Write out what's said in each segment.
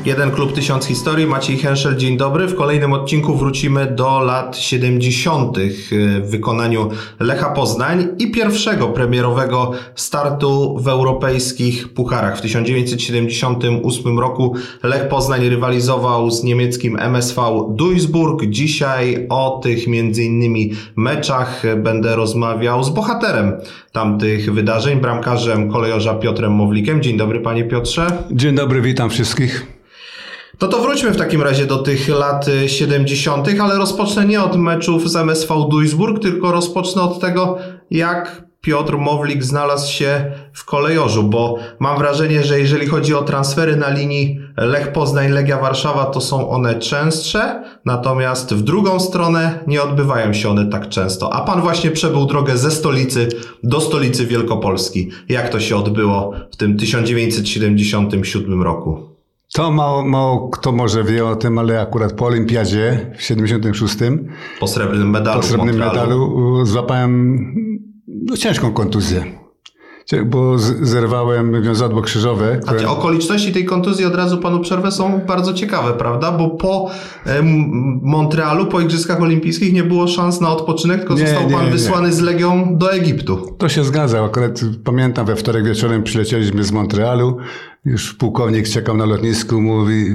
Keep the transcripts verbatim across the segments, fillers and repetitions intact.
Jeden klub, tysiąc historii. Maciej Henszel, dzień dobry. W kolejnym odcinku wrócimy do lat siedemdziesiątych w wykonaniu Lecha Poznań i pierwszego premierowego startu w europejskich pucharach. W tysiąc dziewięćset siedemdziesiątym ósmym roku Lech Poznań rywalizował z niemieckim M S V Duisburg. Dzisiaj o tych między innymi meczach będę rozmawiał z bohaterem tamtych wydarzeń, bramkarzem kolejorza Piotrem Mowlikiem. Dzień dobry, panie Piotrze. Dzień dobry, witam wszystkich. No to wróćmy w takim razie do tych lat siedemdziesiątych, ale rozpocznę nie od meczów z M S V Duisburg, tylko rozpocznę od tego, jak Piotr Mowlik znalazł się w kolejorzu, bo mam wrażenie, że jeżeli chodzi o transfery na linii Lech Poznań, Legia Warszawa, to są one częstsze, natomiast w drugą stronę nie odbywają się one tak często. A pan właśnie przebył drogę ze stolicy do stolicy Wielkopolski. Jak to się odbyło w tym tysiąc dziewięćset siedemdziesiątym siódmym roku? To mało, mało kto może wie o tym, ale akurat po olimpiadzie w siedemdziesiątym szóstym po srebrnym medalu, po srebrnym medalu złapałem no, ciężką kontuzję, bo z, zerwałem wiązadło krzyżowe. Które... A te okoliczności tej kontuzji, od razu panu przerwę, są bardzo ciekawe, prawda? Bo po e, Montrealu, po Igrzyskach Olimpijskich nie było szans na odpoczynek, tylko nie, został pan nie, wysłany nie. z Legią do Egiptu. To się zgadza. Akurat pamiętam, we wtorek wieczorem przylecieliśmy z Montrealu. Już pułkownik czekał na lotnisku, mówi: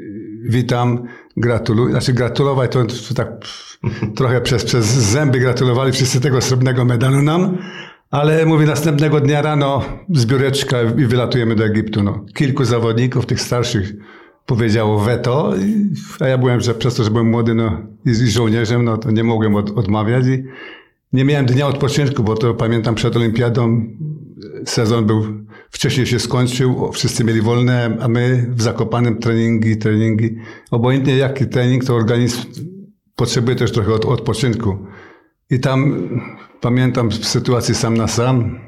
witam, gratuluję. Znaczy gratulować to, to tak trochę przez, przez zęby gratulowali wszyscy tego srebrnego medalu nam. Ale mówi, następnego dnia rano zbióreczka i wylatujemy do Egiptu. No, kilku zawodników, tych starszych, powiedziało weto, i, a ja byłem, że przez to, że byłem młody no, i, i żołnierzem, no to nie mogłem od, odmawiać i nie miałem dnia odpoczynku, bo to pamiętam przed olimpiadą sezon był, wcześniej się skończył, wszyscy mieli wolne, a my w Zakopanem treningi, treningi. Obojętnie jaki trening, to organizm potrzebuje też trochę od, odpoczynku. I tam pamiętam w sytuacji sam na sam,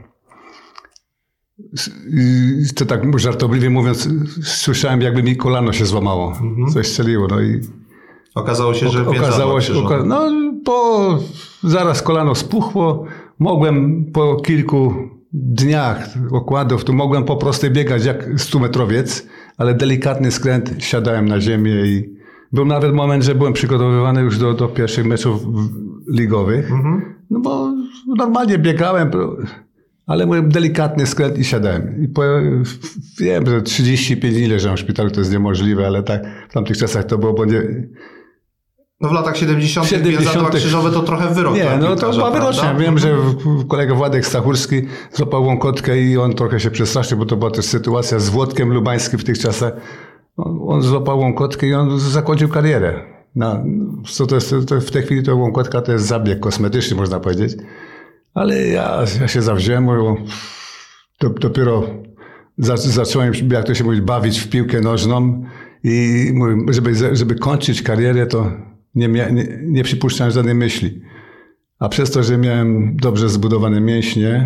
i to tak żartobliwie mówiąc, słyszałem, jakby mi kolano się złamało, mhm. coś strzeliło. No i okazało się, że okazało się, oka- no po zaraz kolano spuchło, mogłem po kilku dniach okładów, tu mogłem po prostu biegać jak stumetrowiec, ale delikatny skręt, siadałem na ziemię i był nawet moment, że byłem przygotowywany już do, do pierwszych meczów ligowych, mhm. no bo normalnie biegałem, ale byłem delikatny skręt i siadałem. I po, wiem, że trzydzieści pięć dni leżałem w szpitalu, to jest niemożliwe, ale tak w tamtych czasach to było, bo nie... No w latach siedemdziesiątych wiązadła krzyżowe to trochę wyrok. Nie, no to była wyrocznia. Wiem, że kolega Władek Stachurski złapał łąkotkę i on trochę się przestraszył, bo to była też sytuacja z Włodkiem Lubańskim w tych czasach. On złapał łąkotkę i on zakończył karierę. No, co to jest, to w tej chwili to łąkotka to jest zabieg kosmetyczny, można powiedzieć. Ale ja, ja się zawziąłem, bo dopiero zacząłem, jak to się mówi, bawić w piłkę nożną i mówię, żeby, żeby kończyć karierę, to nie, mia, nie, nie przypuszczałem żadnej myśli. A przez to, że miałem dobrze zbudowane mięśnie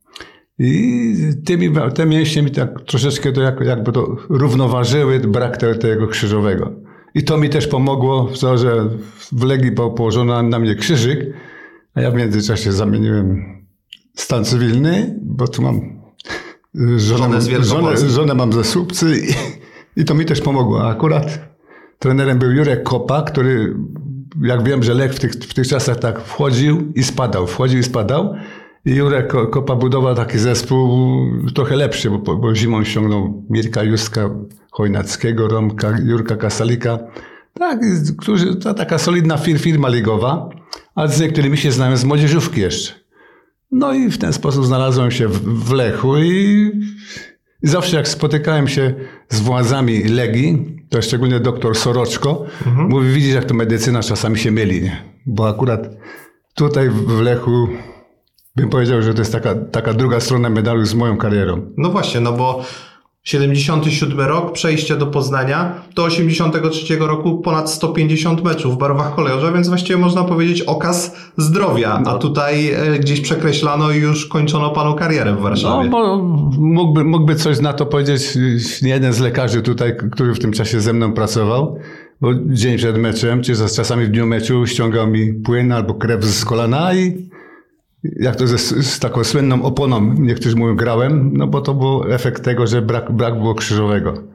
i tymi, te mięśnie mi tak troszeczkę to jak, jakby to równoważyły brak te, tego krzyżowego. I to mi też pomogło, to, że w Legii położono na mnie krzyżyk, a ja w międzyczasie zamieniłem stan cywilny, bo tu mam żonę, żonę, żonę, żonę mam ze Słupcy i, i to mi też pomogło. A akurat trenerem był Jurek Kopa, który, jak wiem, że Lech w tych, w tych czasach tak wchodził i spadał, wchodził i spadał. I Jurek Kopa budował taki zespół trochę lepszy, bo, bo zimą ściągnął Mirka Justka Chojnackiego, Romka, Jurka Kasalika. Tak, którzy, to taka solidna fir, firma ligowa, a z niektórymi się znałem z młodzieżówki jeszcze. No i w ten sposób znalazłem się w, w Lechu i, i zawsze jak spotykałem się z władzami Legii, to szczególnie doktor Soroczko, mhm. mówi, widzisz jak to medycyna czasami się myli, nie? Bo akurat tutaj w Lechu bym powiedział, że to jest taka, taka druga strona medalu z moją karierą. No właśnie, no bo siedemdziesiąty siódmy rok, przejście do Poznania, do osiemdziesiątego trzeciego roku ponad sto pięćdziesiąt meczów w barwach kolejorza, więc właściwie można powiedzieć okaz zdrowia, a tutaj e, gdzieś przekreślano i już kończono panu karierę w Warszawie. No, bo mógłby, mógłby coś na to powiedzieć nie jeden z lekarzy tutaj, który w tym czasie ze mną pracował, bo dzień przed meczem, czy czasami w dniu meczu ściągał mi płyn albo krew z kolana i jak to ze, z taką słynną oponą, niektórzy mówią, grałem, no bo to był efekt tego, że brak, brak było krzyżowego.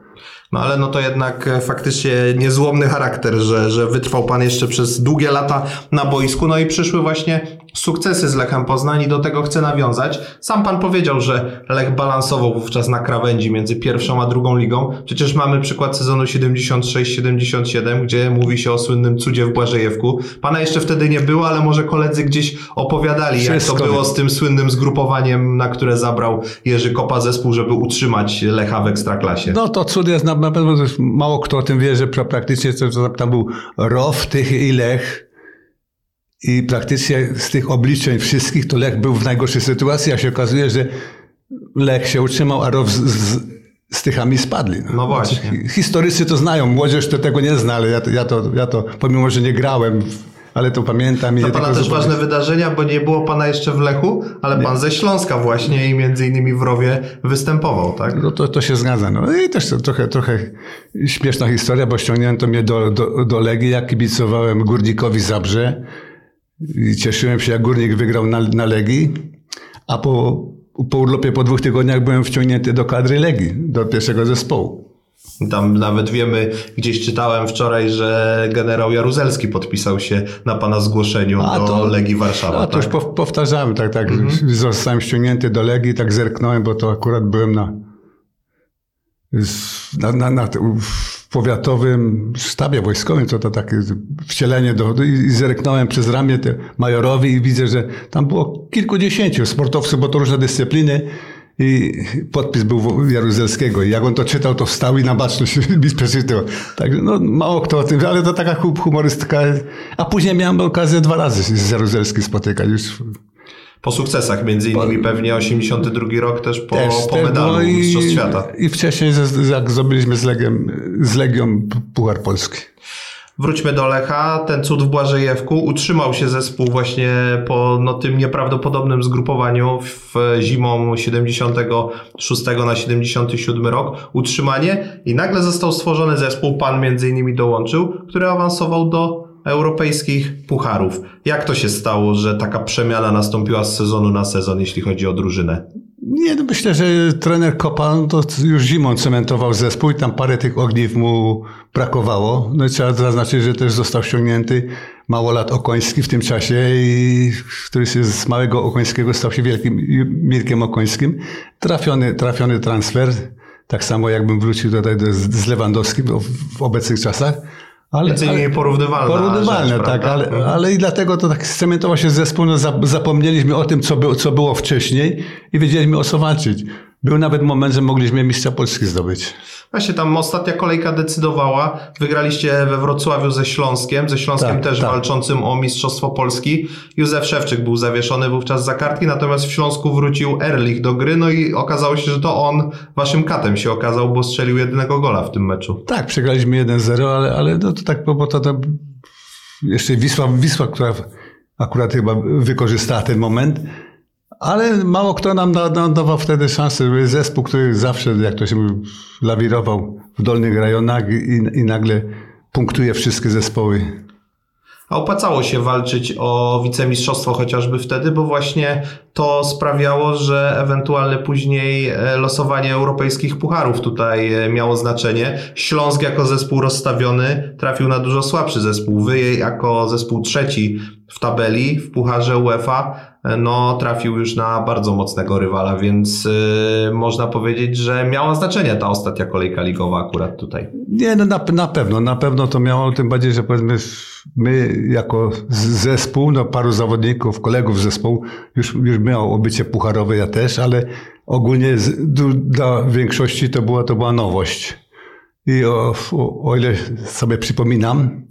No ale no to jednak faktycznie niezłomny charakter, że, że wytrwał pan jeszcze przez długie lata na boisku, no i przyszły właśnie sukcesy z Lechem Poznań i do tego chcę nawiązać. Sam pan powiedział, że Lech balansował wówczas na krawędzi między pierwszą a drugą ligą. Przecież mamy przykład sezonu siedemdziesiąt sześć siedemdziesiąt siedem, gdzie mówi się o słynnym cudzie w Błażejewku. Pana jeszcze wtedy nie było, ale może koledzy gdzieś opowiadali, Wszystko jak to było z tym słynnym zgrupowaniem, na które zabrał Jerzy Kopa zespół, żeby utrzymać Lecha w Ekstraklasie. No to cud jest na pewno, mało kto o tym wie, że praktycznie to, tam był Row, Tych i Lech. I praktycznie z tych obliczeń wszystkich to Lech był w najgorszej sytuacji, a się okazuje, że Lech się utrzymał, a Row z, z, z Tychami spadli. No właśnie. Historycy to znają, młodzież to tego nie zna, ale ja to, ja to, ja to pomimo, że nie grałem, ale to pamiętam. I Dla pana też zupełnie ważne wydarzenia, bo nie było pana jeszcze w Lechu, ale nie. Pan ze Śląska właśnie i między innymi w Rowie występował, tak? No to, to się zgadza. No i też to trochę, trochę śmieszna historia, bo ściągnięto mnie do, do, do Legii, ja kibicowałem Górnikowi Zabrze i cieszyłem się, jak Górnik wygrał na, na Legii, a po, po urlopie po dwóch tygodniach byłem wciągnięty do kadry Legii, do pierwszego zespołu. Tam nawet wiemy, gdzieś czytałem wczoraj, że generał Jaruzelski podpisał się na pana zgłoszeniu a do to, Legii Warszawa. A to tak? Już powtarzałem, tak, tak. Mhm. Zostałem ściągnięty do Legii, tak zerknąłem, bo to akurat byłem na, na, na, na w powiatowym sztabie wojskowym, to to takie wcielenie do, i zerknąłem przez ramię te majorowi i widzę, że tam było kilkudziesięciu sportowców, bo to różne dyscypliny. I podpis był Jaruzelskiego. I jak on to czytał, to wstał i na baczność mi przeczytał. Także no, mało kto o tym wie, ale to taka humorystyka. A później miałem okazję dwa razy z Jaruzelskim spotykać. Już. Po sukcesach, między innymi po, pewnie osiemdziesiąty drugi rok też po, też, po medalu no Mistrzostw Świata. I wcześniej, jak zdobyliśmy z, Legiem, z Legią Puchar Polski. Wróćmy do Lecha. Ten cud w Błażejewku. Utrzymał się zespół właśnie po no, tym nieprawdopodobnym zgrupowaniu w zimą siedemdziesiątego szóstego na siedemdziesiąty siódmy rok. Utrzymanie i nagle został stworzony zespół, pan między innymi dołączył, który awansował do europejskich pucharów. Jak to się stało, że taka przemiana nastąpiła z sezonu na sezon, jeśli chodzi o drużynę? Nie, no myślę, że trener Kopa no to już zimą cementował zespół i tam parę tych ogniw mu brakowało. No i trzeba zaznaczyć, że też został ściągnięty Małolat Okoński w tym czasie, i który się z małego Okońskiego stał się wielkim Mirkiem Okońskim. Trafiony, trafiony transfer, tak samo jakbym wrócił tutaj do, z Lewandowskim w, w obecnych czasach. Ale, Między innymi porównywalne. Porównywalne, rzecz, tak, ale, ale i dlatego to tak scementował się zespół, no zapomnieliśmy o tym, co, by, co było wcześniej i wiedzieliśmy, o co walczyć. Był nawet moment, że mogliśmy mistrza Polski zdobyć. Właśnie tam ostatnia kolejka decydowała. Wygraliście we Wrocławiu ze Śląskiem, ze Śląskiem tak, też tak. walczącym o Mistrzostwo Polski. Józef Szewczyk był zawieszony wówczas za kartki, natomiast w Śląsku wrócił Erlich do gry, no i okazało się, że to on waszym katem się okazał, bo strzelił jedynego gola w tym meczu. Tak, przegraliśmy jeden zero, ale, ale no to tak, bo to, to jeszcze Wisła, Wisła, która akurat chyba wykorzystała ten moment. Ale mało kto nam da, da, dawał wtedy szansę. Był zespół, który zawsze, jak to się mówi, lawirował w dolnych rejonach i, i nagle punktuje wszystkie zespoły. A opłacało się walczyć o wicemistrzostwo chociażby wtedy, bo właśnie to sprawiało, że ewentualne później losowanie europejskich pucharów tutaj miało znaczenie. Śląsk jako zespół rozstawiony trafił na dużo słabszy zespół. Wy jako zespół trzeci w tabeli w Pucharze UEFA no trafił już na bardzo mocnego rywala, więc yy, można powiedzieć, że miała znaczenie ta ostatnia kolejka ligowa akurat tutaj. Nie, no na, na pewno, na pewno to miało, tym bardziej, że powiedzmy my jako zespół, no paru zawodników, kolegów z zespołu już, już miało obycie pucharowe, ja też, ale ogólnie z, dla większości to była, to była nowość. I o, o, o ile sobie przypominam,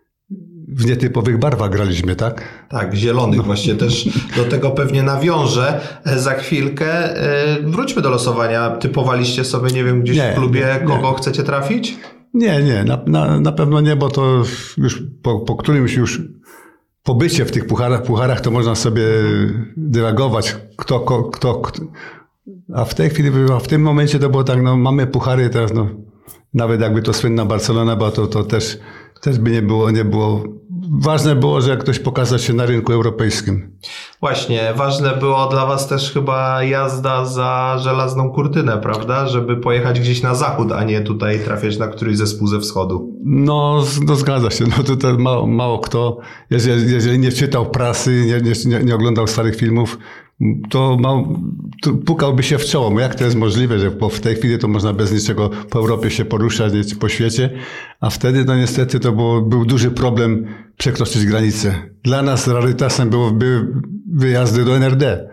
w nietypowych barwach graliśmy, tak? Tak, zielonych no. Właśnie też do tego pewnie nawiążę za chwilkę. Wróćmy do losowania. Typowaliście sobie, nie wiem, gdzieś nie, w klubie, kogo nie. chcecie trafić? Nie, nie, na, na, na pewno nie, bo to już po, po którymś już pobycie w tych pucharach, pucharach to można sobie dywagować, kto, kto, kto, kto. A w tej chwili, w tym momencie to było tak, no mamy puchary teraz, no nawet jakby to słynna Barcelona była, to, to też, też by nie było, nie było ważne było, że jak ktoś pokazać się na rynku europejskim. Właśnie, ważne było dla was też chyba jazda za żelazną kurtynę, prawda? Żeby pojechać gdzieś na zachód, a nie tutaj trafiać na któryś zespół ze wschodu. No, no zgadza się. No tutaj mało, mało kto, jeżeli, jeżeli nie czytał prasy, nie, nie, nie oglądał starych filmów, to, ma, to pukałby się w czoło. Jak to jest możliwe, że w tej chwili to można bez niczego po Europie się poruszać, po świecie, a wtedy no niestety to było, był duży problem przekroczyć granicę. Dla nas rarytasem było, były wyjazdy do N R D.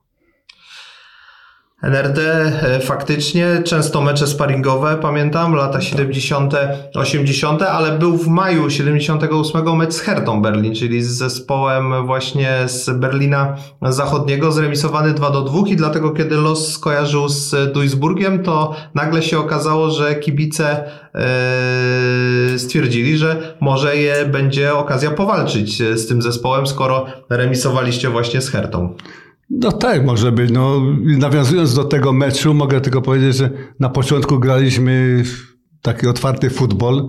N R D faktycznie, często mecze sparingowe, pamiętam, lata siedemdziesiąte, osiemdziesiąte, ale był w maju siedemdziesiątego ósmego mecz z Hertą Berlin, czyli z zespołem właśnie z Berlina Zachodniego, zremisowany dwa do dwóch i dlatego kiedy los skojarzył z Duisburgiem, to nagle się okazało, że kibice yy, stwierdzili, że może je będzie okazja powalczyć z tym zespołem, skoro remisowaliście właśnie z Hertą. No tak, może być. No, nawiązując do tego meczu, mogę tylko powiedzieć, że na początku graliśmy taki otwarty futbol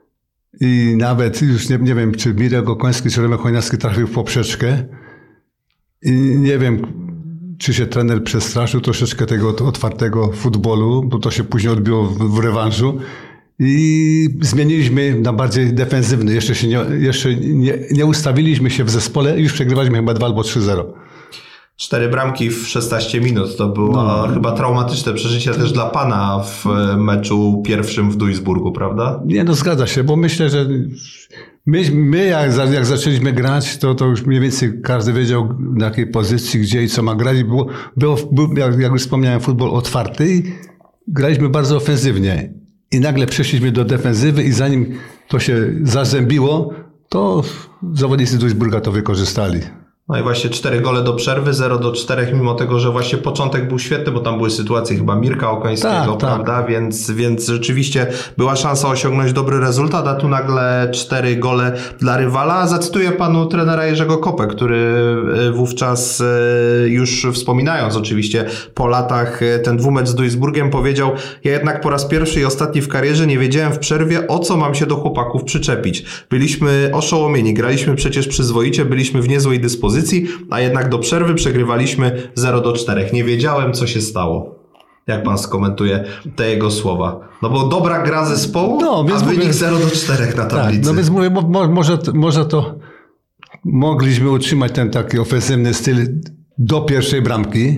i nawet już nie, nie wiem, czy Mirek Okoński, czy Remek Chojnacki trafił w poprzeczkę i nie wiem, czy się trener przestraszył troszeczkę tego otwartego futbolu, bo to się później odbiło w, w rewanżu i zmieniliśmy na bardziej defensywny. Jeszcze, się nie, jeszcze nie, nie ustawiliśmy się w zespole i już przegrywaliśmy chyba dwa albo trzy zero. Cztery bramki w szesnaście minut. To było no. chyba traumatyczne przeżycie też dla pana w meczu pierwszym w Duisburgu, prawda? Nie, no zgadza się, bo myślę, że my, my jak, jak zaczęliśmy grać, to, to już mniej więcej każdy wiedział na jakiej pozycji, gdzie i co ma grać. Było, było, był, jak, jak już wspomniałem, futbol otwarty i graliśmy bardzo ofensywnie. I nagle przeszliśmy do defensywy i zanim to się zazębiło, to zawodnicy Duisburga to wykorzystali. No i właśnie cztery gole do przerwy, zero do czterech, mimo tego, że właśnie początek był świetny, bo tam były sytuacje chyba Mirka Okońskiego, tak, prawda? Tak. Więc, więc rzeczywiście była szansa osiągnąć dobry rezultat, a tu nagle cztery gole dla rywala. Zacytuję panu trenera Jerzego Kopę, który wówczas, już wspominając oczywiście po latach ten dwumecz z Duisburgiem, powiedział: ja jednak po raz pierwszy i ostatni w karierze nie wiedziałem w przerwie, o co mam się do chłopaków przyczepić. Byliśmy oszołomieni, graliśmy przecież przyzwoicie, byliśmy w niezłej dyspozycji, a jednak do przerwy przegrywaliśmy zero do czterech. Nie wiedziałem, co się stało. Jak pan skomentuje te jego słowa? No bo dobra gra zespołu, no, więc a wynik mówię, zero do czterech na tablicy. Tak, no więc mówię, mo, może, może to mogliśmy utrzymać ten taki ofensywny styl do pierwszej bramki,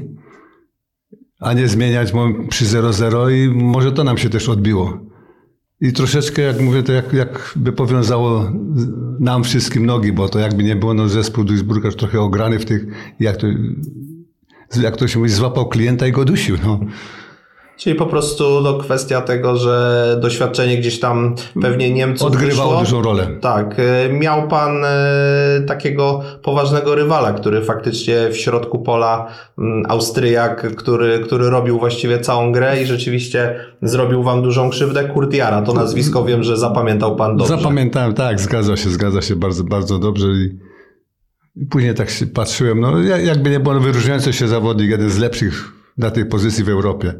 a nie zmieniać przy zero zero i może to nam się też odbiło. I troszeczkę, jak mówię, to jak, jakby powiązało nam wszystkim nogi, bo to jakby nie było, no zespół Duisburga już trochę ograny w tych, jak to, jak to się mówi, złapał klienta i go dusił. No. Czyli po prostu no, kwestia tego, że doświadczenie gdzieś tam pewnie Niemców odgrywało wyszło. Dużą rolę. Tak. Miał pan e, takiego poważnego rywala, który faktycznie w środku pola, m, Austriak, który, który robił właściwie całą grę i rzeczywiście zrobił wam dużą krzywdę. Kurt Jara, to nazwisko wiem, że zapamiętał pan dobrze. Zapamiętałem, tak, zgadza się, zgadza się bardzo, bardzo dobrze i później tak się patrzyłem, no jakby nie było, wyróżniający się zawodnik, jeden z lepszych na tej pozycji w Europie.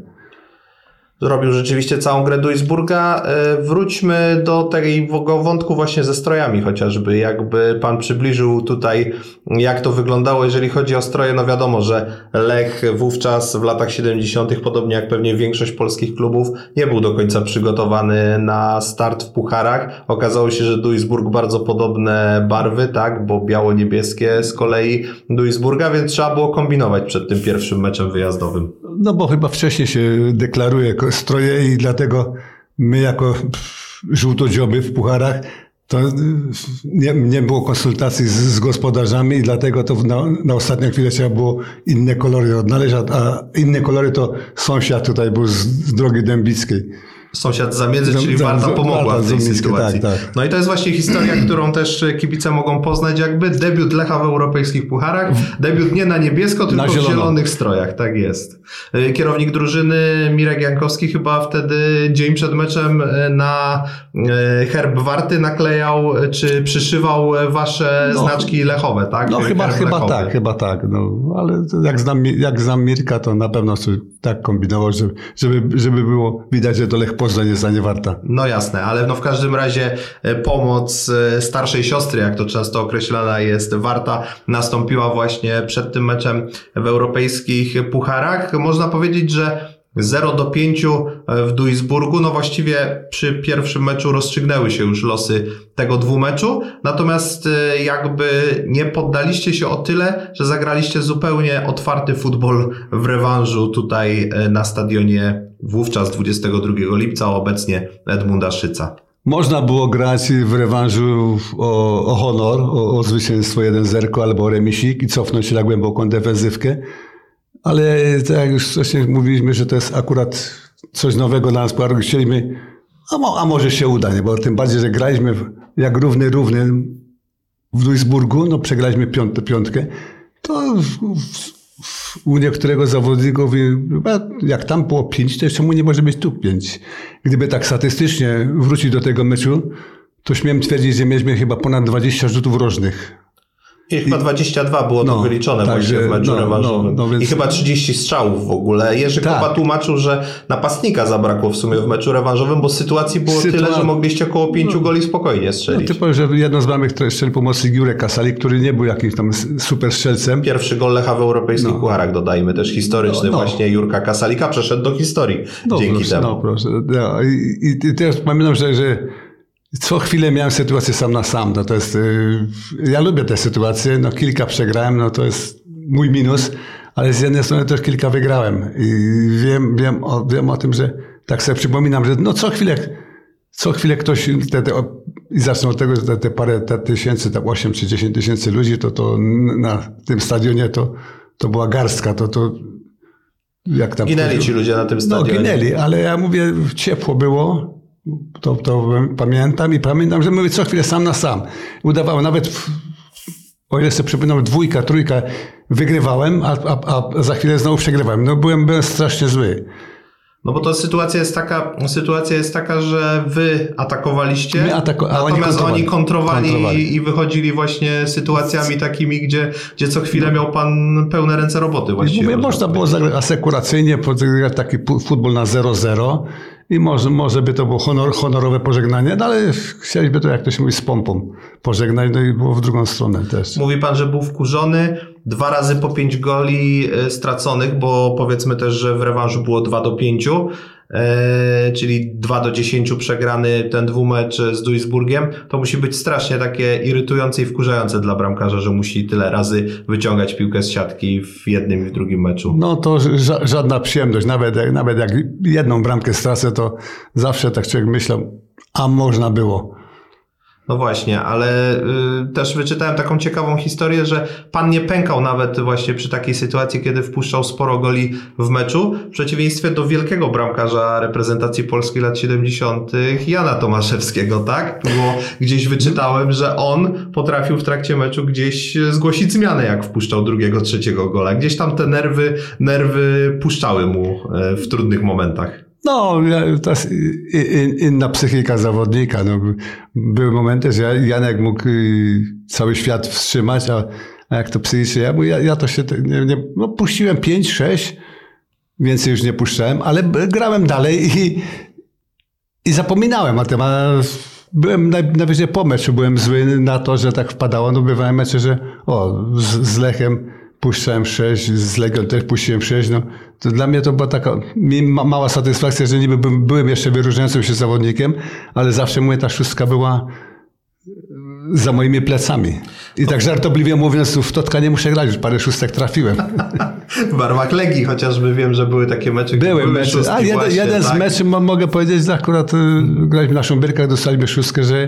Zrobił rzeczywiście całą grę Duisburga. Wróćmy do tego wątku właśnie ze strojami chociażby. Jakby pan przybliżył tutaj, jak to wyglądało, jeżeli chodzi o stroje. No wiadomo, że Lech wówczas w latach siedemdziesiątych, podobnie jak pewnie większość polskich klubów, nie był do końca przygotowany na start w pucharach. Okazało się, że Duisburg bardzo podobne barwy, tak, bo biało-niebieskie z kolei Duisburga, więc trzeba było kombinować przed tym pierwszym meczem wyjazdowym. No bo chyba wcześniej się deklaruje stroje i dlatego my jako żółtodzioby w pucharach to nie, nie było konsultacji z, z gospodarzami i dlatego to na, na ostatnią chwilę trzeba było inne kolory odnaleźć, a inne kolory to sąsiad tutaj był z, z drogi dębickiej. Sąsiad z Zamiedzy, czyli Warta pomogła w tej sytuacji. Tak, tak. No i to jest właśnie historia, którą też kibice mogą poznać, jakby debiut Lecha w europejskich pucharach. Debiut nie na niebiesko, tylko na w zielonych strojach. Tak jest. Kierownik drużyny Mirek Jankowski chyba wtedy dzień przed meczem na herb Warty naklejał, czy przyszywał wasze no, znaczki lechowe, tak? No chyba, chyba tak, chyba tak. No, ale jak znam, jak znam Mirka, to na pewno tak kombinował, żeby, żeby, żeby było widać, że to Lech Poznań jest, a nie Warta. No jasne, ale no w każdym razie pomoc starszej siostry, jak to często określana jest, Warta, nastąpiła właśnie przed tym meczem w europejskich pucharach. Można powiedzieć, że zero do pięciu w Duisburgu, no właściwie przy pierwszym meczu rozstrzygnęły się już losy tego dwumeczu, natomiast jakby nie poddaliście się o tyle, że zagraliście zupełnie otwarty futbol w rewanżu tutaj na stadionie wówczas dwudziestego drugiego lipca, obecnie Edmunda Szyca. Można było grać w rewanżu o, o honor, o, o zwycięstwo jeden zero albo o remisik i cofnąć się na głęboką defensywkę. Ale tak jak już wcześniej mówiliśmy, że to jest akurat coś nowego dla nas, chcieliśmy, a, mo, a może się uda, nie? Bo tym bardziej, że graliśmy jak równy, równy w Duisburgu, no przegraliśmy piątę, piątkę, to w, w, u niektórych zawodników, jak tam było pięć, to czemu nie może być tu pięć? Gdyby tak statystycznie wrócić do tego meczu, to śmiem twierdzić, że mieliśmy chyba ponad dwadzieścia rzutów rożnych. I chyba dwadzieścia dwa było no, to wyliczone tak, właśnie w meczu no, rewanżowym. No, no, więc... I chyba trzydzieści strzałów w ogóle. Jerzy tak. Kopa tłumaczył, że napastnika zabrakło w sumie w meczu rewanżowym, bo sytuacji było Sytua... tyle, że mogliście około pięciu no, goli spokojnie strzelić. No, typowo, że jedno z bramek, które strzelił pomocnik Jurek Kasali, który nie był jakimś tam super strzelcem. Pierwszy gol Lecha w europejskich no. pucharach, dodajmy, też historyczny no, no. właśnie Jurka Kasalika przeszedł do historii no, dzięki proszę, temu. No proszę. No, i, i, I też pamiętam, że, że co chwilę miałem sytuację sam na sam. No to jest, yy, ja lubię te sytuacje, no kilka przegrałem, no to jest mój minus, ale z jednej strony też kilka wygrałem. I wiem, wiem, o, wiem o tym, że tak sobie przypominam, że no co chwilę, co chwilę ktoś, te, te, i zacznę od tego, że te, te parę te tysięcy, tam osiem czy dziesięć tysięcy ludzi, to, to na tym stadionie to, to była garstka, to, to jak tam... Ginęli ci ludzie na tym stadionie. No ginęli, ale ja mówię, ciepło było. To, to pamiętam i pamiętam, że mówię co chwilę sam na sam. Udawało, nawet w, o ile sobie przypominam, dwójka, trójka wygrywałem, a, a, a za chwilę znowu przegrywałem. No byłem, byłem strasznie zły. No bo to sytuacja jest taka, sytuacja jest taka, że wy atakowaliście, My atako- a natomiast oni kontrowali. Oni kontrowali, kontrowali i wychodzili właśnie sytuacjami takimi, gdzie, gdzie co chwilę miał pan pełne ręce roboty właściwie. Mówię, można było zagrać asekuracyjnie, zagrać taki futbol na zero zero i może, może by to było honor, honorowe pożegnanie, no ale chcieliśmy to, jak to się mówi, z pompą pożegnać, no i było w drugą stronę też. Mówi pan, że był wkurzony, dwa razy po pięć goli straconych, bo powiedzmy też, że w rewanżu było dwa do pięciu, e, czyli dwa do dziesięciu przegrany ten dwumecz z Duisburgiem. To musi być strasznie takie irytujące i wkurzające dla bramkarza, że musi tyle razy wyciągać piłkę z siatki w jednym i w drugim meczu. No to ża- żadna przyjemność. Nawet jak, nawet jak jedną bramkę stracę, to zawsze tak człowiek myślał, a można było. No właśnie, ale y, też wyczytałem taką ciekawą historię, że pan nie pękał nawet właśnie przy takiej sytuacji, kiedy wpuszczał sporo goli w meczu, w przeciwieństwie do wielkiego bramkarza reprezentacji Polski lat siedemdziesiątych Jana Tomaszewskiego, tak? Bo gdzieś wyczytałem, że on potrafił w trakcie meczu gdzieś zgłosić zmianę, jak wpuszczał drugiego, trzeciego gola. Gdzieś tam te nerwy, nerwy puszczały mu w trudnych momentach. No, to jest inna psychika zawodnika. No, były momenty, że Janek mógł cały świat wstrzymać, a, a jak to psychicznie, ja, ja, ja to się, nie, nie, no, puściłem pięć, sześć, więcej już nie puszczałem, ale grałem dalej i, i zapominałem o tym, a byłem najwyżej po meczu, byłem zły na to, że tak wpadało. No bywały mecze, że o, z, z Lechem puszczałem sześć, z Legią też puściłem sześć. No, to dla mnie to była taka ma, mała satysfakcja, że niby byłem, byłem jeszcze wyróżniającym się zawodnikiem, ale zawsze mówię, ta szóstka była za moimi plecami. I tak żartobliwie mówiąc, w Totka nie muszę grać, już parę szóstek trafiłem. W barwach Legii chociażby wiem, że były takie mecze, były, były mecze. A jeden, właśnie, jeden tak? z meczy, mogę powiedzieć, że akurat hmm. graliśmy na Szumberkach, dostaliśmy szóstkę, że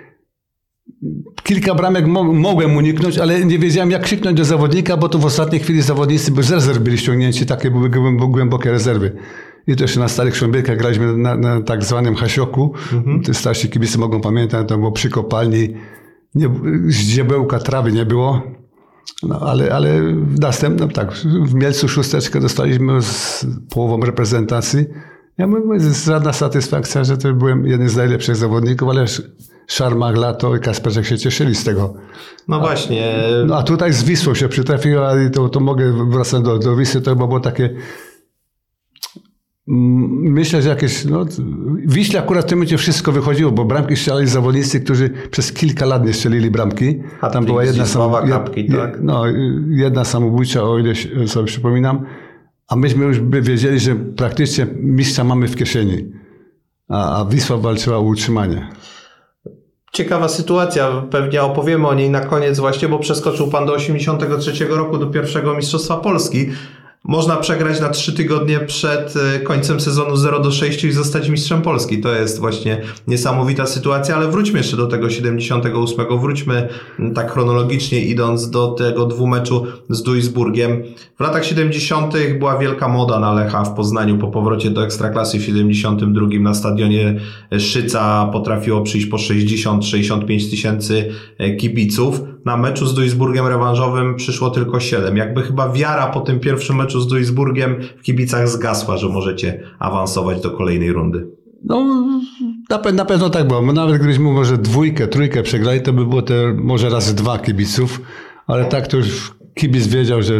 kilka bramek mo- mogłem uniknąć, ale nie wiedziałem, jak krzyknąć do zawodnika, bo to w ostatniej chwili zawodnicy z rezerw byli ściągnięci, takie były głębokie rezerwy. I to jeszcze na starych Szumberkach graliśmy na, na tak zwanym Hasioku. Mhm. Te starsi kibice mogą pamiętać, to było przy kopalni. Nie, ździebełka, trawy nie było. No, ale, ale następnym, tak, w Mielcu szósteczkę dostaliśmy z połową reprezentacji. Ja mówię, żadna satysfakcja, że to byłem jeden z najlepszych zawodników, ale Szarmach, Lato i Kasperzek się cieszyli z tego. No właśnie. A, no a tutaj z Wisłą się przytrafiło, i to, to mogę wracać do, do Wisły, to było takie Myślę, że jakieś... No, w Wiśle akurat w tym momencie wszystko wychodziło, bo bramki strzelali zawodnicy, którzy przez kilka lat nie strzelili bramki. A tam była jedna, sam, kapki, jed, tak? no, jedna samobójcza, o ile sobie przypominam. A myśmy już wiedzieli, że praktycznie mistrza mamy w kieszeni. A, a Wisła walczyła o utrzymanie. Ciekawa sytuacja, pewnie opowiemy o niej na koniec właśnie, bo przeskoczył pan do osiemdziesiątego trzeciego roku, do pierwszego Mistrzostwa Polski. Można przegrać na trzy tygodnie przed końcem sezonu zero do sześciu i zostać mistrzem Polski. To jest właśnie niesamowita sytuacja, ale wróćmy jeszcze do tego siedemdziesiątego ósmego. Wróćmy tak chronologicznie idąc do tego dwumeczu z Duisburgiem. W latach siedemdziesiątych była wielka moda na Lecha w Poznaniu po powrocie do Ekstraklasy w siedemdziesiątym drugim. Na stadionie Szyca potrafiło przyjść po sześćdziesiąt sześćdziesiąt pięć tysięcy kibiców. Na meczu z Duisburgiem rewanżowym przyszło tylko siedem. Jakby chyba wiara po tym pierwszym meczu z Duisburgiem w kibicach zgasła, że możecie awansować do kolejnej rundy. No, na, pe- na pewno tak było. Nawet gdybyśmy może dwójkę, trójkę przegrali, to by było te może razy dwa kibiców, ale tak to już kibic wiedział, że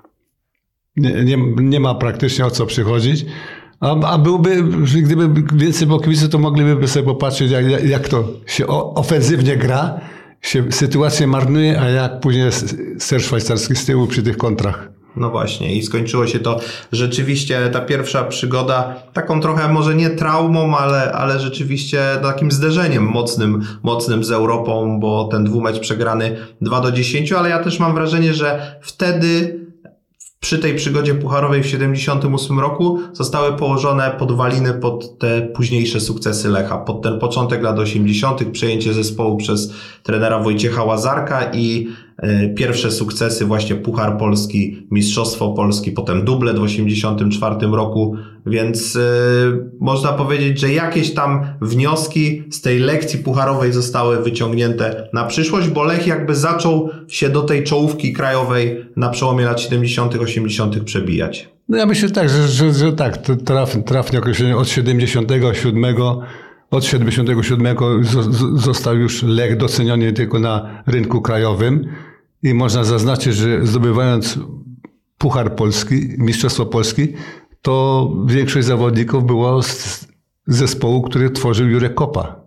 nie, nie, nie ma praktycznie o co przychodzić. A, a byłby, gdyby więcej było kibiców, to mogliby sobie popatrzeć, jak, jak to się o, ofensywnie gra, się sytuację marnuje, a jak później ser szwajcarski z tyłu przy tych kontrach. No właśnie i skończyło się to rzeczywiście, ta pierwsza przygoda taką trochę może nie traumą, ale, ale rzeczywiście takim zderzeniem mocnym, mocnym z Europą, bo ten dwumecz przegrany dwa do dziesięciu, ale ja też mam wrażenie, że wtedy przy tej przygodzie pucharowej w siedemdziesiątym ósmym roku zostały położone podwaliny pod te późniejsze sukcesy Lecha, pod ten początek lat osiemdziesiątych, przejęcie zespołu przez trenera Wojciecha Łazarka i y, pierwsze sukcesy właśnie Puchar Polski, Mistrzostwo Polski, potem dublet w osiemdziesiątym czwartym roku, więc y, można powiedzieć, że jakieś tam wnioski z tej lekcji pucharowej zostały wyciągnięte na przyszłość, bo Lech jakby zaczął się do tej czołówki krajowej na przełomie lat siedemdziesiątych osiemdziesiątych przebijać. No ja myślę tak, że, że, że tak, traf, trafne określenie od siedemdziesiątego siódmego Od siedemdziesiątego siódmego został już Lech doceniony tylko na rynku krajowym i można zaznaczyć, że zdobywając Puchar Polski, Mistrzostwo Polski, to większość zawodników było z zespołu, który tworzył Jurek Kopa.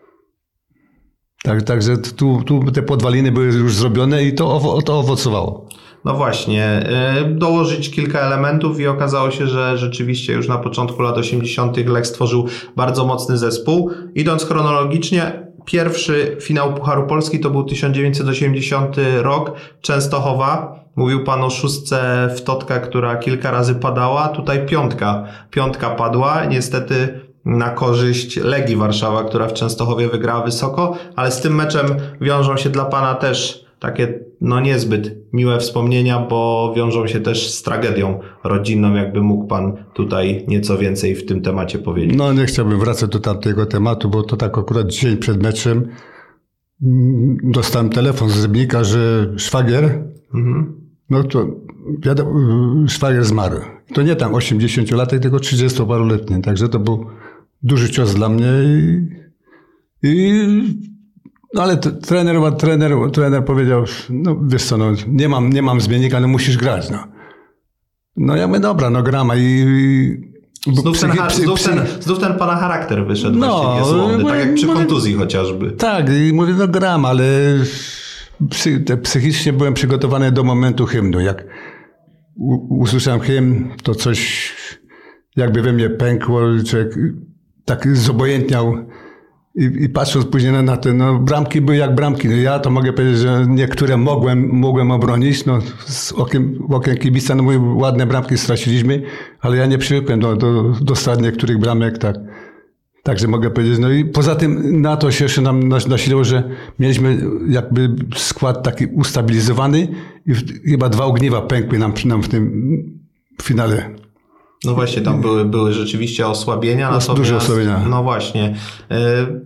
Tak, także tu, tu te podwaliny były już zrobione i to, owo, to owocowało. No właśnie, dołożyć kilka elementów i okazało się, że rzeczywiście już na początku lat osiemdziesiątych Lech stworzył bardzo mocny zespół. Idąc chronologicznie, pierwszy finał Pucharu Polski to był tysiąc dziewięćset osiemdziesiąty rok, Częstochowa. Mówił pan o szóstce w Totka, która kilka razy padała. Tutaj piątka, piątka padła. Niestety na korzyść Legii Warszawa, która w Częstochowie wygrała wysoko, ale z tym meczem wiążą się dla pana też takie no niezbyt miłe wspomnienia, bo wiążą się też z tragedią rodzinną. Jakby mógł pan tutaj nieco więcej w tym temacie powiedzieć. No nie chciałbym wracać do tamtego tematu, bo to tak akurat dzień przed meczem dostałem telefon z Rybnika, że szwagier, mhm. no to wiadomo, szwagier zmarł. To nie tam osiemdziesięciolatek, tylko trzydziestoparoletni. Także to był duży cios dla mnie i, i no ale t- trener, trener, trener powiedział, no wiesz co, no, nie mam, nie mam zmiennika, no musisz grać, no. No ja mówię, dobra, no gram, i... i znów, psychi, ten, psy, znów, psy, ten, znów ten pana charakter wyszedł no, właśnie niezłomny, tak jak przy mówię, kontuzji chociażby. Tak, i mówię, no gram, ale psy, te, psychicznie byłem przygotowany do momentu hymnu. Jak u, usłyszałem hymn, to coś jakby we mnie pękło, człowiek tak zobojętniał. I, I patrząc później na te no, bramki były jak bramki. No, ja to mogę powiedzieć, że niektóre mogłem, mogłem obronić. No, z okiem, okiem kibica, no mówię, ładne bramki straciliśmy, ale ja nie przywykłem do, do, do strat niektórych bramek. Tak. Także mogę powiedzieć. No i poza tym na to się jeszcze nam nasiliło, że mieliśmy jakby skład taki ustabilizowany i chyba dwa ogniwa pękły nam, nam w tym finale. No właśnie, tam były, były rzeczywiście osłabienia. No, duże osłabienia. No właśnie.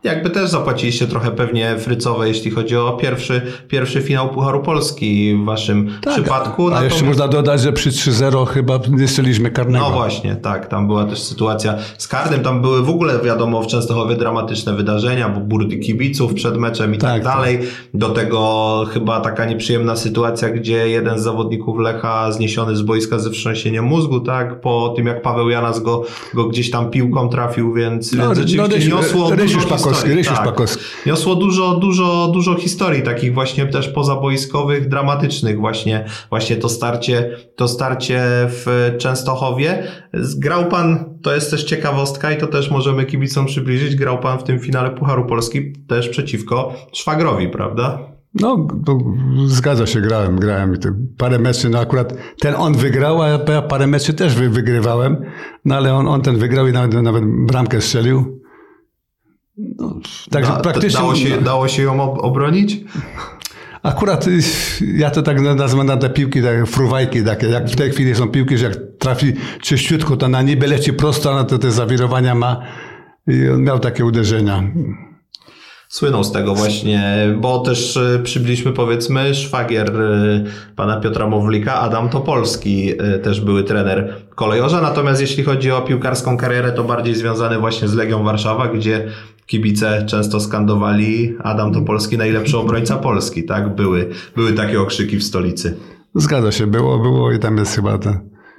Jakby też zapłaciliście trochę pewnie frycowe, jeśli chodzi o pierwszy, pierwszy finał Pucharu Polski w waszym tak, przypadku. A Natomiast... jeszcze można dodać, że przy trzy zero chyba nie strzeliliśmy karnego. No właśnie, tak. Tam była też sytuacja z karnym. Tam były w ogóle, wiadomo, w Częstochowie dramatyczne wydarzenia, bo burdy kibiców przed meczem i tak, tak dalej. Tak. Do tego chyba taka nieprzyjemna sytuacja, gdzie jeden z zawodników Lecha zniesiony z boiska ze wstrząsieniem mózgu, tak? Po tym jak Paweł Janas go, go gdzieś tam piłką trafił, więc, no, więc rzeczywiście no, niosło Rysiusz dużo Pakowski, historii. Rysiusz tak. Pakowski. Niosło dużo, dużo, dużo historii takich właśnie też pozaboiskowych, dramatycznych właśnie, właśnie to starcie, to starcie w Częstochowie. Grał pan, to jest też ciekawostka i to też możemy kibicom przybliżyć, grał pan w tym finale Pucharu Polski też przeciwko Szwagrowi, prawda? No, to zgadza się, grałem, grałem. Parę meczy, no akurat ten on wygrał, a ja parę meczy też wygrywałem, no ale on, on ten wygrał i nawet, nawet bramkę strzelił. No, także da, praktycznie... Dało się, dało się ją obronić? Akurat ja to tak nazywam na te piłki, takie fruwajki takie, jak w tej chwili są piłki, że jak trafi czyściutko, to na niby leci prosto, a to te zawirowania ma i on miał takie uderzenia. Słynął z tego właśnie, bo też przybyliśmy, powiedzmy, szwagier pana Piotra Mowlika, Adam Topolski, też były trener kolejorza. Natomiast jeśli chodzi o piłkarską karierę, to bardziej związany właśnie z Legią Warszawa, gdzie kibice często skandowali Adam Topolski, najlepszy obrońca Polski, tak? Były, były takie okrzyki w stolicy. Zgadza się, było, było i tam jest chyba ta,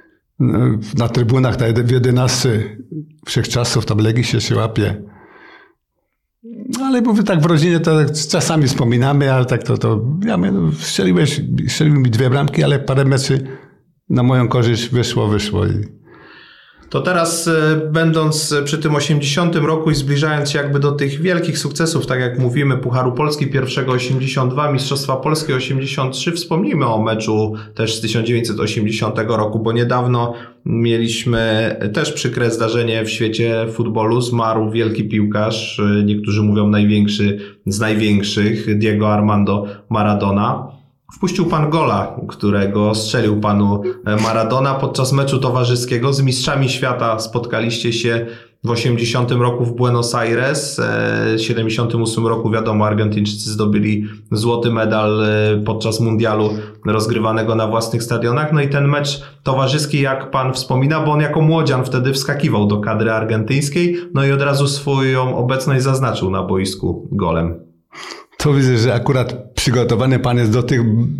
na trybunach ta w jedenastce wszechczasów tam Legii się, się łapie. Ale mówię tak w rodzinie to czasami wspominamy, ale tak to, to ja mówię, no, strzeliłeś, strzelił mi dwie bramki, ale parę meczy na moją korzyść wyszło, wyszło. I... To teraz będąc przy tym osiemdziesiątym roku i zbliżając się jakby do tych wielkich sukcesów, tak jak mówimy, Pucharu Polski pierwszego osiemdziesiąt dwa, Mistrzostwa Polskie osiemdziesiąt trzy, wspomnijmy o meczu też z tysiąc dziewięćset osiemdziesiątego roku, bo niedawno mieliśmy też przykre zdarzenie w świecie futbolu. Zmarł wielki piłkarz, niektórzy mówią największy z największych, Diego Armando Maradona. Wpuścił pan gola, którego strzelił panu Maradona podczas meczu towarzyskiego. Z mistrzami świata spotkaliście się w osiemdziesiątym roku w Buenos Aires. W siedemdziesiątym ósmym roku, wiadomo, Argentyńczycy zdobyli złoty medal podczas mundialu rozgrywanego na własnych stadionach. No i ten mecz towarzyski, jak pan wspomina, bo on jako młodzian wtedy wskakiwał do kadry argentyńskiej, no i od razu swoją obecność zaznaczył na boisku golem. To widzę, że akurat przygotowany pan jest do tych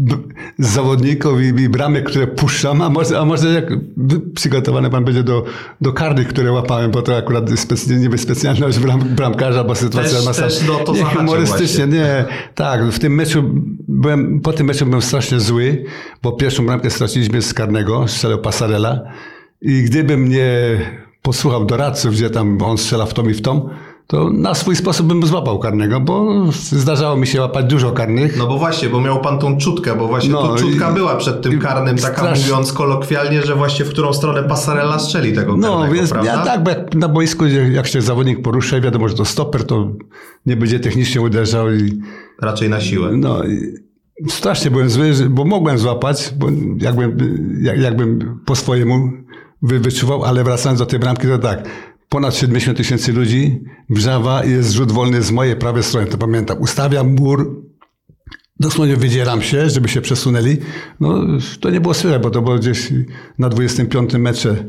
zawodników i, i bramek, które puszczam, a może, a może jak przygotowany pan będzie do, do karnych, które łapałem, bo to akurat specy, niby specjalność bram, bramkarza, bo sytuacja też, ma sam, też do to nie, humorystycznie, właśnie. nie. Tak, w tym meczu byłem, po tym meczu byłem strasznie zły, bo pierwszą bramkę straciliśmy z karnego, strzelał Passarella i gdybym nie posłuchał doradców, gdzie tam on strzela w tom i w tom, to na swój sposób bym złapał karnego, bo zdarzało mi się łapać dużo karnych. No bo właśnie, bo miał pan tą czutkę, bo właśnie no, tu czutka i, była przed tym karnym, taka strasz... mówiąc kolokwialnie, że właśnie w którą stronę Passarella strzeli tego no, karnego, więc prawda? Ja tak, bo jak na boisku, jak się zawodnik porusza, wiadomo, że to stoper, to nie będzie technicznie uderzał. I, raczej na siłę. No i strasznie byłem zły, bo mogłem złapać, bo jakbym, jak, jakbym po swojemu wy, wyczuwał, ale wracając do tej bramki, to tak. Ponad siedemdziesiąt tysięcy ludzi, wrzawa i jest rzut wolny z mojej prawej strony, to pamiętam. Ustawiam mur, dosłownie wydzieram się, żeby się przesunęli. No to nie było słychać, bo to było gdzieś na dwudziestym piątym mecze.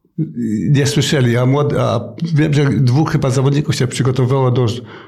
Nie słyszeli, a, młody, a wiem, że dwóch chyba zawodników się przygotowało do,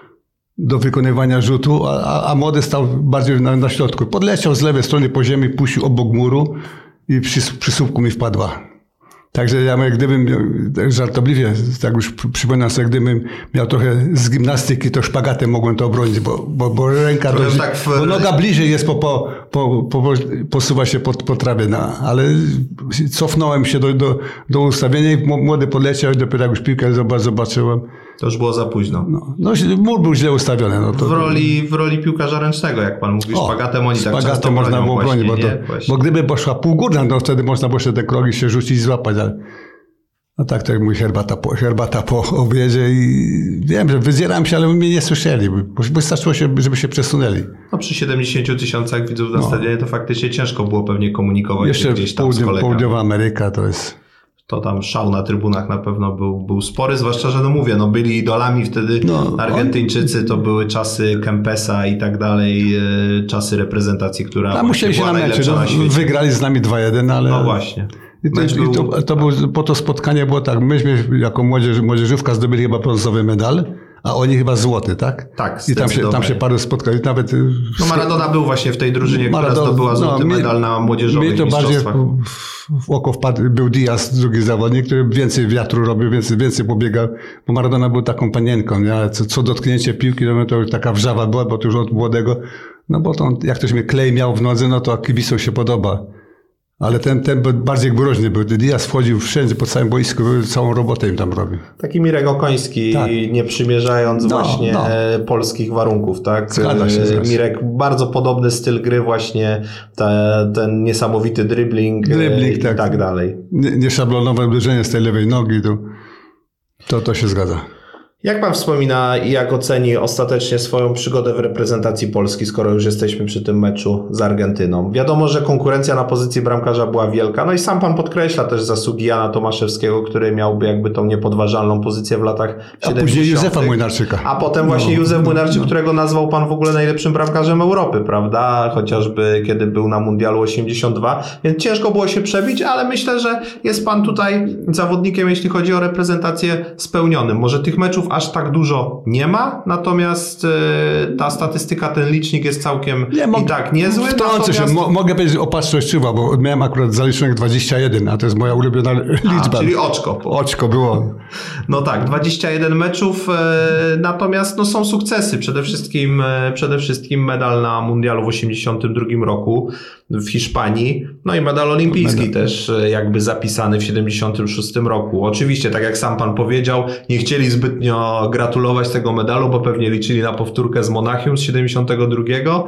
do wykonywania rzutu, a, a młody stał bardziej na, na środku. Podleciał z lewej strony po ziemi, puścił obok muru i przy, przy słupku mi wpadła. Także ja mówię, gdybym, tak żartobliwie, tak już przypominam sobie, gdybym miał trochę z gimnastyki, to szpagatem mogłem to obronić, bo, bo, bo ręka, do, tak w... bo noga bliżej jest, po, po, po, po, posuwa się po, po trawie, no, ale cofnąłem się do, do, do ustawienia i młody podleciał i dopiero jak już piłkę zobaczyłem. To już było za późno. No, no mur był źle ustawiony. No to... w, roli, w roli piłkarza ręcznego, jak pan mówi, o, szpagatem oni tak często można było bronić, bo, to, bo gdyby poszła półgórna, to wtedy można było się te krogi się rzucić i złapać, ale no tak, tak mój herbata po, herbata po obiedzie i wiem, że wydzierałem się, ale mnie nie słyszeli, bo wystarczyło się, żeby się przesunęli. No przy siedemdziesięciu tysiącach widzów na no. stadionie to faktycznie ciężko było pewnie komunikować jeszcze się gdzieś tam południe, z kolegami. Południowa Ameryka to jest... To tam szał na trybunach na pewno był, był spory, zwłaszcza, że no mówię, no byli idolami wtedy no, Argentyńczycy, to były czasy Kempesa i tak dalej, czasy reprezentacji, która musieli się na meczu, no, na wygrali z nami dwa jeden, ale... No właśnie. I to, i to, to było, po to spotkanie było tak, myśmy jako młodzież, młodzieżówka zdobyli chyba brązowy medal, a oni chyba złoty, tak? Tak, i tam się, tam się paru spotkali, nawet... No Maradona był właśnie w tej drużynie, Maradona, która zdobyła złoty no, medal na młodzieżowych mi to mistrzostwach. Bardziej w oko wpadł, był Diaz, drugi zawodnik, który więcej wiatru robił, więcej, więcej pobiegał, bo Maradona był taką panienką, nie? Ale co, co dotknięcie piłki, no to już taka wrzawa była, bo to już od młodego, no bo to, jak ktoś mnie klej miał w nodze, no to kibicom się podoba. Ale ten, ten bardziej groźny był. Diaz wchodził wszędzie, po całym boisku, całą robotę im tam robił. Taki Mirek Okoński, tak. Nie przymierzając no, właśnie no. polskich warunków, tak? Zgadza się, zgadza się. Mirek, bardzo podobny styl gry właśnie, te, ten niesamowity dribbling, dribbling i tak. tak dalej. Nieszablonowe uderzenie z tej lewej nogi, to, to, to się zgadza. Jak pan wspomina i jak oceni ostatecznie swoją przygodę w reprezentacji Polski, skoro już jesteśmy przy tym meczu z Argentyną? Wiadomo, że konkurencja na pozycji bramkarza była wielka, no i sam pan podkreśla też zasługi Jana Tomaszewskiego, który miałby jakby tą niepodważalną pozycję w latach siedemdziesiątych. A później Józefa Młynarczyka. A potem właśnie no, Józef Młynarczyk, no. którego nazwał pan w ogóle najlepszym bramkarzem Europy, prawda? Chociażby kiedy był na Mundialu osiemdziesiąt dwa, więc ciężko było się przebić, ale myślę, że jest pan tutaj zawodnikiem, jeśli chodzi o reprezentację, spełnionym. Może tych meczów aż tak dużo nie ma, natomiast y, ta statystyka, ten licznik jest całkiem nie, i tak niezły. Wtrącę natomiast... się, mo- mogę powiedzieć opatrznościowa, bo miałem akurat zaliczonych dwadzieścia jeden, a to jest moja ulubiona liczba. A, czyli oczko. Po... Oczko było. No tak, dwadzieścia jeden meczów, y, natomiast no, są sukcesy. Przede wszystkim, y, przede wszystkim medal na Mundialu w osiemdziesiątym drugim roku w Hiszpanii, no i medal olimpijski medal. też y, jakby zapisany w siedemdziesiątym szóstym roku. Oczywiście, tak jak sam pan powiedział, nie chcieli zbytnio gratulować tego medalu, bo pewnie liczyli na powtórkę z Monachium z siedemdziesiątego drugiego,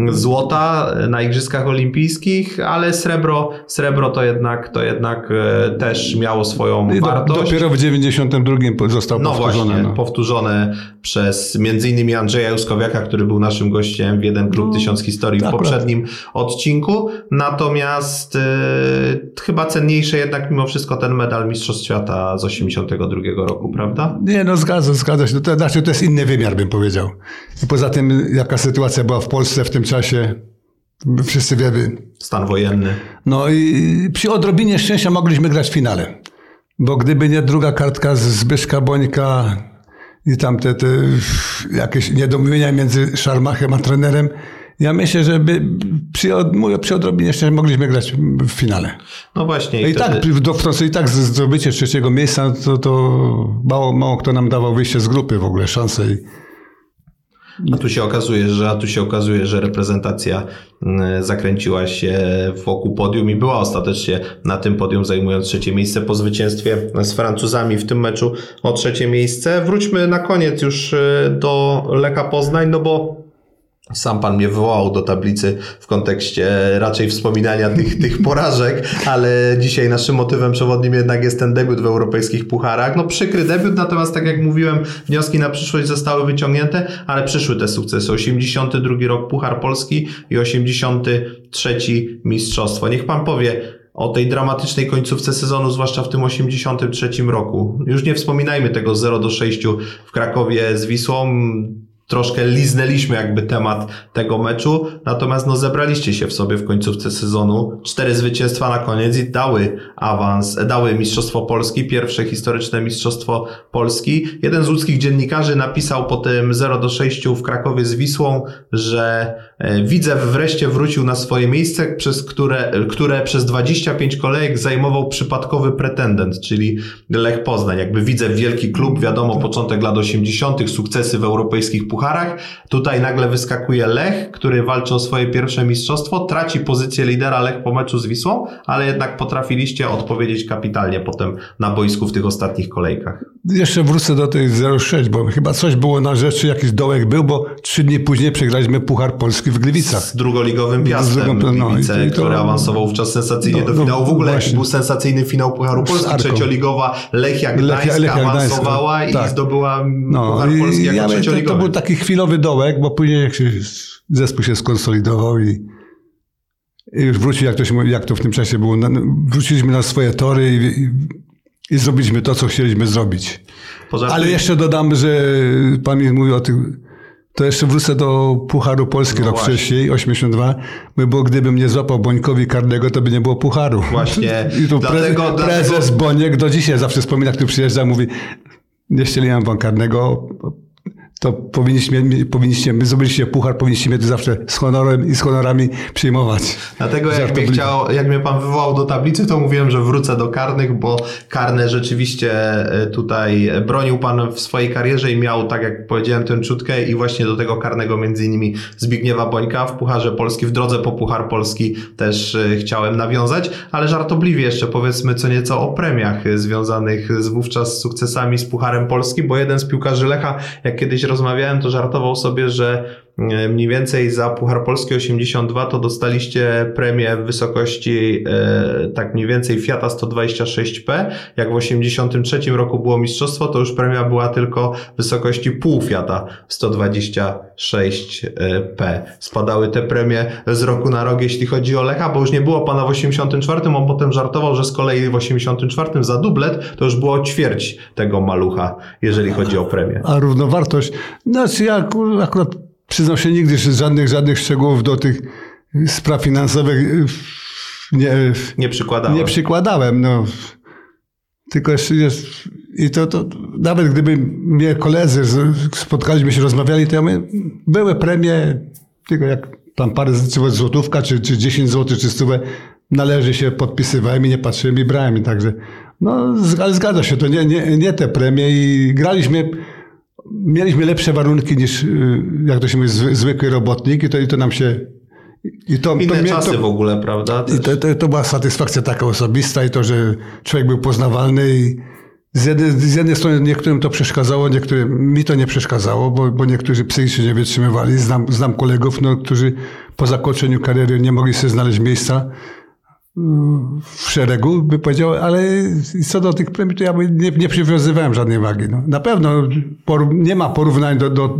złota na Igrzyskach Olimpijskich, ale srebro, srebro to jednak, to jednak też miało swoją I wartość. Dopiero w dziewięćdziesiątym drugim został no powtórzone. Właśnie, no. powtórzone przez między innymi Andrzeja Juskowiaka, który był naszym gościem w Jeden Klub no, Tysiąc Historii w akurat. poprzednim odcinku. Natomiast y, chyba cenniejsze jednak mimo wszystko ten medal Mistrzostw Świata z osiemdziesiątego drugiego roku, prawda? Nie, no zgadza, zgadza się. To, znaczy, to jest inny wymiar, bym powiedział. I poza tym, jaka sytuacja była w Polsce w tym czasie, wszyscy wiemy. Stan wojenny. No i przy odrobinie szczęścia mogliśmy grać w finale. Bo gdyby nie druga kartka z Zbyszka Bońka i tam te, te jakieś niedomówienia między Szarmachem a trenerem, ja myślę, że by przy, mówię, przy odrobinie szczęścia mogliśmy grać w finale. No właśnie. I, I wtedy... tak, do, w i tak zdobycie trzeciego miejsca, to, to mało, mało kto nam dawał wyjście z grupy w ogóle, szansę. I... A tu się okazuje, że, a tu się okazuje, że reprezentacja zakręciła się wokół podium i była ostatecznie na tym podium, zajmując trzecie miejsce po zwycięstwie z Francuzami w tym meczu o trzecie miejsce. Wróćmy na koniec już do Lecha Poznań, no bo sam pan mnie wywołał do tablicy w kontekście raczej wspominania tych, tych porażek, ale dzisiaj naszym motywem przewodnim jednak jest ten debiut w europejskich pucharach. No przykry debiut, natomiast tak jak mówiłem, wnioski na przyszłość zostały wyciągnięte, ale przyszły te sukcesy. osiemdziesiąty drugi rok Puchar Polski i osiemdziesiąty trzeci Mistrzostwo. Niech pan powie o tej dramatycznej końcówce sezonu, zwłaszcza w tym osiemdziesiątym trzecim roku. Już nie wspominajmy tego zero do sześciu w Krakowie z Wisłą. Troszkę liznęliśmy jakby temat tego meczu, natomiast no zebraliście się w sobie w końcówce sezonu. Cztery zwycięstwa na koniec i dały awans, dały Mistrzostwo Polski, pierwsze historyczne Mistrzostwo Polski. Jeden z łódzkich dziennikarzy napisał po tym zero do sześciu w Krakowie z Wisłą, że Widzew wreszcie wrócił na swoje miejsce, przez które, które przez dwadzieścia pięć kolejek zajmował przypadkowy pretendent, czyli Lech Poznań. Jakby Widzew wielki klub, wiadomo, początek lat osiemdziesiątych, sukcesy w europejskich pucharach. Tutaj nagle wyskakuje Lech, który walczy o swoje pierwsze mistrzostwo, traci pozycję lidera Lech po meczu z Wisłą, ale jednak potrafiliście odpowiedzieć kapitalnie potem na boisku w tych ostatnich kolejkach. Jeszcze wrócę do tej zero sześć, bo chyba coś było na rzeczy, jakiś dołek był, bo trzy dni później przegraliśmy Puchar Polski w Gliwicach. Z drugoligowym Piastem Gliwice, no, to, który awansował wówczas sensacyjnie no, do finału. W ogóle właśnie. Był sensacyjny finał Pucharu Polski. Trzecioligowa Lechia Gdańsk Lechia, Lechia awansowała Gdańsk, no. i tak. zdobyła no, Puchar Polski jako ja trzecioligowy. To, to był taki chwilowy dołek, bo później jak się, zespół się skonsolidował i i już wrócił, jak to, się, jak to w tym czasie było. Wróciliśmy na swoje tory i, i, i zrobiliśmy to, co chcieliśmy zrobić. Poza Ale tym... jeszcze dodam, że pan mi mówił o tym, to jeszcze wrócę do Pucharu Polski no rok właśnie. wcześniej, osiemdziesiąt dwa, bo gdybym nie złapał Bońkowi karnego, to by nie było Pucharu. Właśnie. I tu dlatego, prezes, prezes dlatego... Boniek do dzisiaj zawsze wspomina, jak tu przyjeżdża, mówi, nie ścieliłem wam karnego, to powinniśmy, powinniście, my zdobyliście puchar, powinniście mnie tu zawsze z honorem i z honorami przyjmować. Dlatego jak mnie, chciał, jak mnie pan wywołał do tablicy, to mówiłem, że wrócę do karnych, bo karne rzeczywiście tutaj bronił pan w swojej karierze i miał, tak jak powiedziałem, tę czutkę i właśnie do tego karnego między innymi Zbigniewa Bońka w Pucharze Polski, w drodze po Puchar Polski też chciałem nawiązać, ale żartobliwie jeszcze powiedzmy co nieco o premiach związanych z wówczas sukcesami z Pucharem Polski, bo jeden z piłkarzy Lecha, jak kiedyś rozmawiałem, to żartował sobie, że mniej więcej za Puchar Polski osiemdziesiąt dwa to dostaliście premię w wysokości e, tak mniej więcej Fiata sto dwadzieścia sześć P. Jak w osiemdziesiątym trzecim roku było mistrzostwo, to już premia była tylko w wysokości pół Fiata sto dwadzieścia sześć P. Spadały te premie z roku na rok, jeśli chodzi o Lecha, bo już nie było pana w osiemdziesiątym czwartym. On potem żartował, że z kolei w osiemdziesiątym czwartym za dublet to już było ćwierć tego malucha, jeżeli chodzi o premię. A równowartość? Znaczy ja akurat przyznam się nigdy, że żadnych, żadnych szczegółów do tych spraw finansowych nie, nie przykładałem. Nie przykładałem, no. Tylko jest, jest i to, to nawet gdyby mnie koledzy spotkaliśmy się, rozmawiali, to ja mówię, były premie, tylko jak tam parę, czy złotówka, czy, czy dziesięć złotych, czy stówę, należy się, podpisywałem i nie patrzyłem i brałem. I także, no, ale zgadza się, to nie, nie, nie te premie i graliśmy. Mieliśmy lepsze warunki niż, jak to się mówi, zwykły robotnik i to, i to nam się... I to, Inne to, czasy to, w ogóle, prawda? I to, to, to była satysfakcja taka osobista i to, że człowiek był poznawalny i z jednej, z jednej strony niektórym to przeszkadzało, niektórym mi to nie przeszkadzało, bo, bo niektórzy psychicznie nie wytrzymywali. Znam, znam kolegów, no, którzy po zakończeniu kariery nie mogli sobie znaleźć miejsca w szeregu, by powiedział, ale co do tych premii, to ja nie, nie przywiązywałem żadnej wagi. No. Na pewno nie ma porównań do, do,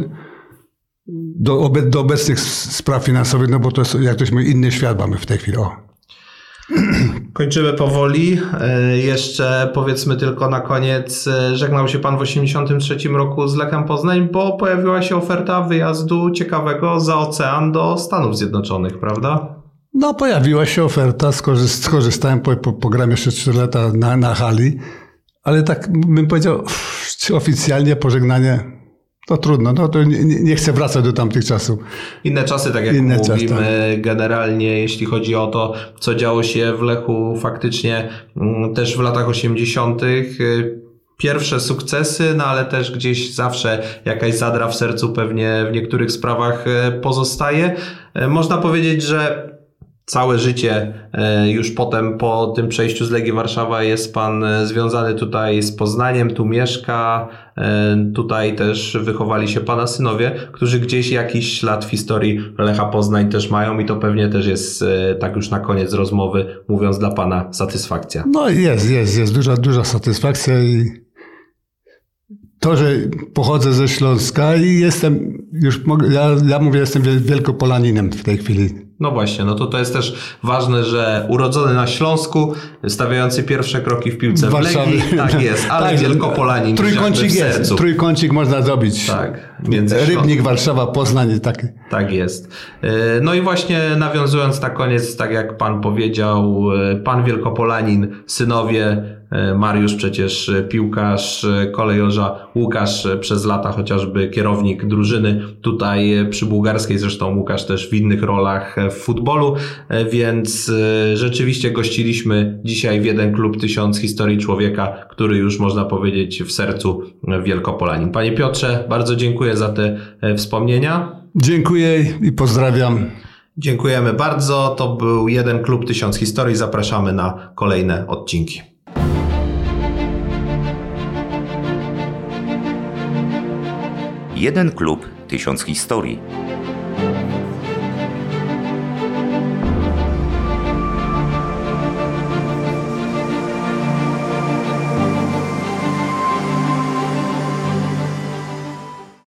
do, obe, do obecnych spraw finansowych, no bo to jest, jak ktoś mówi, inny świat mamy w tej chwili. O. Kończymy powoli. Jeszcze powiedzmy tylko na koniec, żegnał się pan w osiemdziesiątym trzecim roku z Lechem Poznań, bo pojawiła się oferta wyjazdu ciekawego za ocean do Stanów Zjednoczonych, prawda? No, pojawiła się oferta, skorzystałem, po, po, pogram jeszcze trzy lata na, na hali, ale tak bym powiedział, oficjalnie pożegnanie, to trudno, no to nie, nie chcę wracać do tamtych czasów. Inne czasy, tak jak Inne mówimy, czas, tak. Generalnie jeśli chodzi o to, co działo się w Lechu faktycznie też w latach osiemdziesiątych. Pierwsze sukcesy, no ale też gdzieś zawsze jakaś zadra w sercu pewnie w niektórych sprawach pozostaje. Można powiedzieć, że całe życie już potem po tym przejściu z Legii Warszawa jest pan związany tutaj z Poznaniem, tu mieszka, tutaj też wychowali się pana synowie, którzy gdzieś jakiś ślad w historii Lecha Poznań też mają i to pewnie też jest, tak już na koniec rozmowy mówiąc, dla pana satysfakcja. No jest, jest, jest duża, duża satysfakcja i to, że pochodzę ze Śląska i jestem, już mogę, ja, ja mówię, jestem wielkopolaninem w tej chwili. No właśnie, no to to jest też ważne, że urodzony na Śląsku, stawiający pierwsze kroki w piłce w, w Legii, tak jest, ale tak, Wielkopolanin trójkącik w jest, sercu. Trójkącik można zrobić. Tak. Rybnik, Warszawa, Poznań. Tak. tak jest. No i właśnie nawiązując na koniec, tak jak pan powiedział, pan Wielkopolanin, synowie, Mariusz przecież piłkarz kolejorza, Łukasz przez lata chociażby kierownik drużyny tutaj przy Bułgarskiej, zresztą Łukasz też w innych rolach w futbolu, więc rzeczywiście gościliśmy dzisiaj w Jeden Klub Tysiąc historii człowieka, który już można powiedzieć w sercu Wielkopolanin. Panie Piotrze, bardzo dziękuję za te wspomnienia. Dziękuję i pozdrawiam. Dziękujemy bardzo. To był Jeden Klub Tysiąc historii. Zapraszamy na kolejne odcinki. Jeden klub, tysiąc historii.